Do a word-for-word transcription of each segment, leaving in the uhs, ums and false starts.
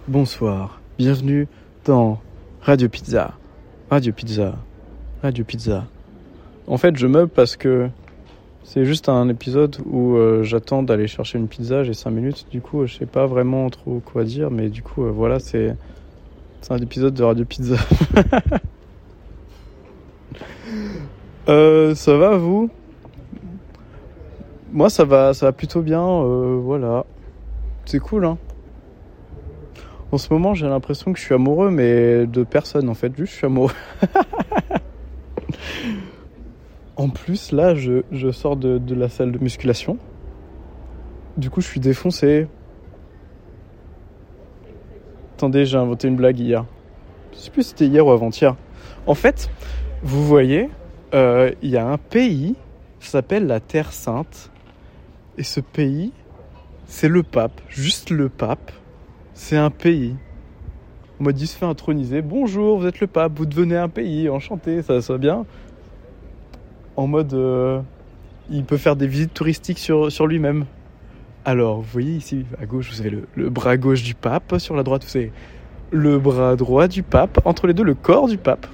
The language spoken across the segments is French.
Bonsoir, bienvenue dans Radio Pizza. Radio Pizza. Radio Pizza. En fait, je meuble parce que c'est juste un épisode où euh, j'attends d'aller chercher une pizza, j'ai cinq minutes, du coup, je sais pas vraiment trop quoi dire, mais du coup, euh, voilà, c'est, c'est un épisode de Radio Pizza. euh, ça va, vous ? Moi, ça va, ça va plutôt bien, euh, voilà. C'est cool, hein. En ce moment, j'ai l'impression que je suis amoureux, mais de personne, en fait. Juste, je suis amoureux. En plus, là, je, je sors de, de la salle de musculation. Du coup, je suis défoncé. Attendez, j'ai inventé une blague hier. Je sais plus si c'était hier ou avant-hier. En fait, vous voyez, il euh, y a un pays, ça s'appelle la Terre Sainte. Et ce pays, c'est le pape. Juste le pape. C'est un pays. On m'a dit se fait introniser. Bonjour, vous êtes le pape, vous devenez un pays. Enchanté, ça va bien. En mode, euh, il peut faire des visites touristiques sur, sur lui-même. Alors, vous voyez ici, à gauche, vous avez le, le bras gauche du pape. Sur la droite, vous avez le bras droit du pape. Entre les deux, le corps du pape.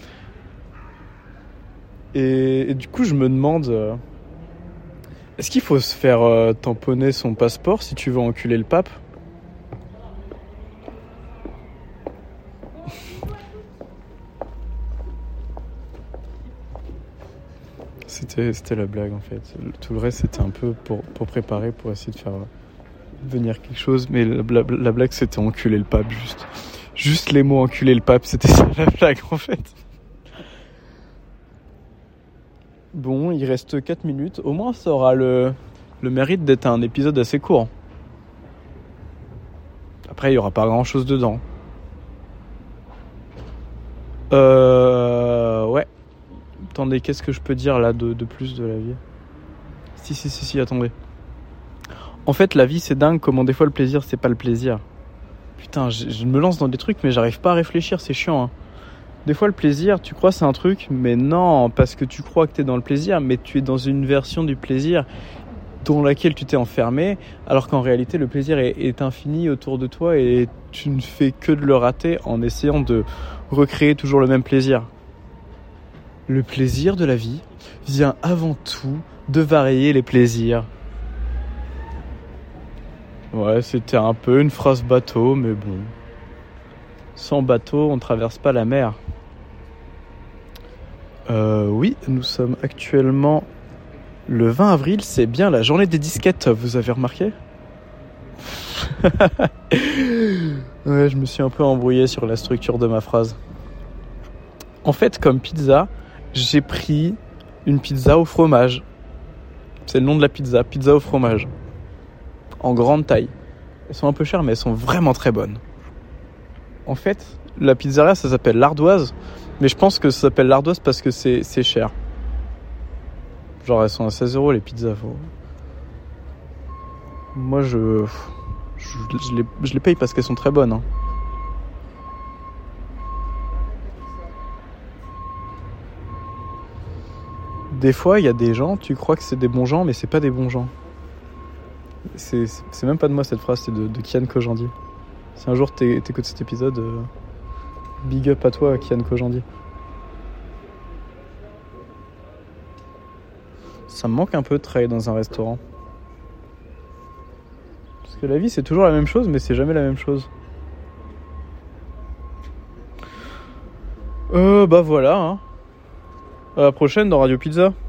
Et, et du coup, je me demande... Euh, est-ce qu'il faut se faire euh, tamponner son passeport si tu veux enculer le pape ? C'était, c'était la blague en fait. Tout le reste c'était un peu pour, pour préparer, pour essayer de faire venir quelque chose. Mais la, la, la blague c'était enculer le pape juste. Juste les mots enculer le pape, c'était ça la blague en fait. Bon, il reste quatre minutes. Au moins ça aura le, le mérite d'être un épisode assez court. Après il n'y aura pas grand chose dedans. Euh... Ouais. Attendez, qu'est-ce que je peux dire là de, de plus de la vie ? Si, si, si, si, attendez. En fait, la vie, c'est dingue comment des fois le plaisir, c'est pas le plaisir. Putain, je, je me lance dans des trucs, mais j'arrive pas à réfléchir, c'est chiant. Hein. Des fois, le plaisir, tu crois c'est un truc, mais non, parce que tu crois que t'es dans le plaisir, mais tu es dans une version du plaisir dans laquelle tu t'es enfermé, alors qu'en réalité, le plaisir est, est infini autour de toi et tu ne fais que de le rater en essayant de recréer toujours le même plaisir. Le plaisir de la vie vient avant tout de varier les plaisirs. Ouais, c'était un peu une phrase bateau, mais bon. Sans bateau, on ne traverse pas la mer. Euh, oui, nous sommes actuellement le vingt avril, c'est bien la journée des disquettes, vous avez remarqué ? Ouais, je me suis un peu embrouillé sur la structure de ma phrase. En fait, comme pizza... j'ai pris une pizza au fromage. C'est le nom de la pizza, pizza au fromage. En grande taille. Elles sont un peu chères, mais elles sont vraiment très bonnes. En fait, la pizzeria, ça s'appelle l'Ardoise. Mais je pense que ça s'appelle l'Ardoise parce que c'est, c'est cher. Genre, elles sont à seize euros les pizzas. Faut... Moi, je... Je, je, les, je les paye parce qu'elles sont très bonnes. Hein. Des fois, il y a des gens, tu crois que c'est des bons gens, mais c'est pas des bons gens. C'est, c'est, c'est même pas de moi cette phrase, c'est de, de Kian Kojandi. Si un jour t'é, t'écoutes cet épisode, euh, big up à toi, Kian Kojandi. Ça me manque un peu de travailler dans un restaurant. Parce que la vie, c'est toujours la même chose, mais c'est jamais la même chose. Euh, bah voilà, hein. À la prochaine dans Radio Pizza.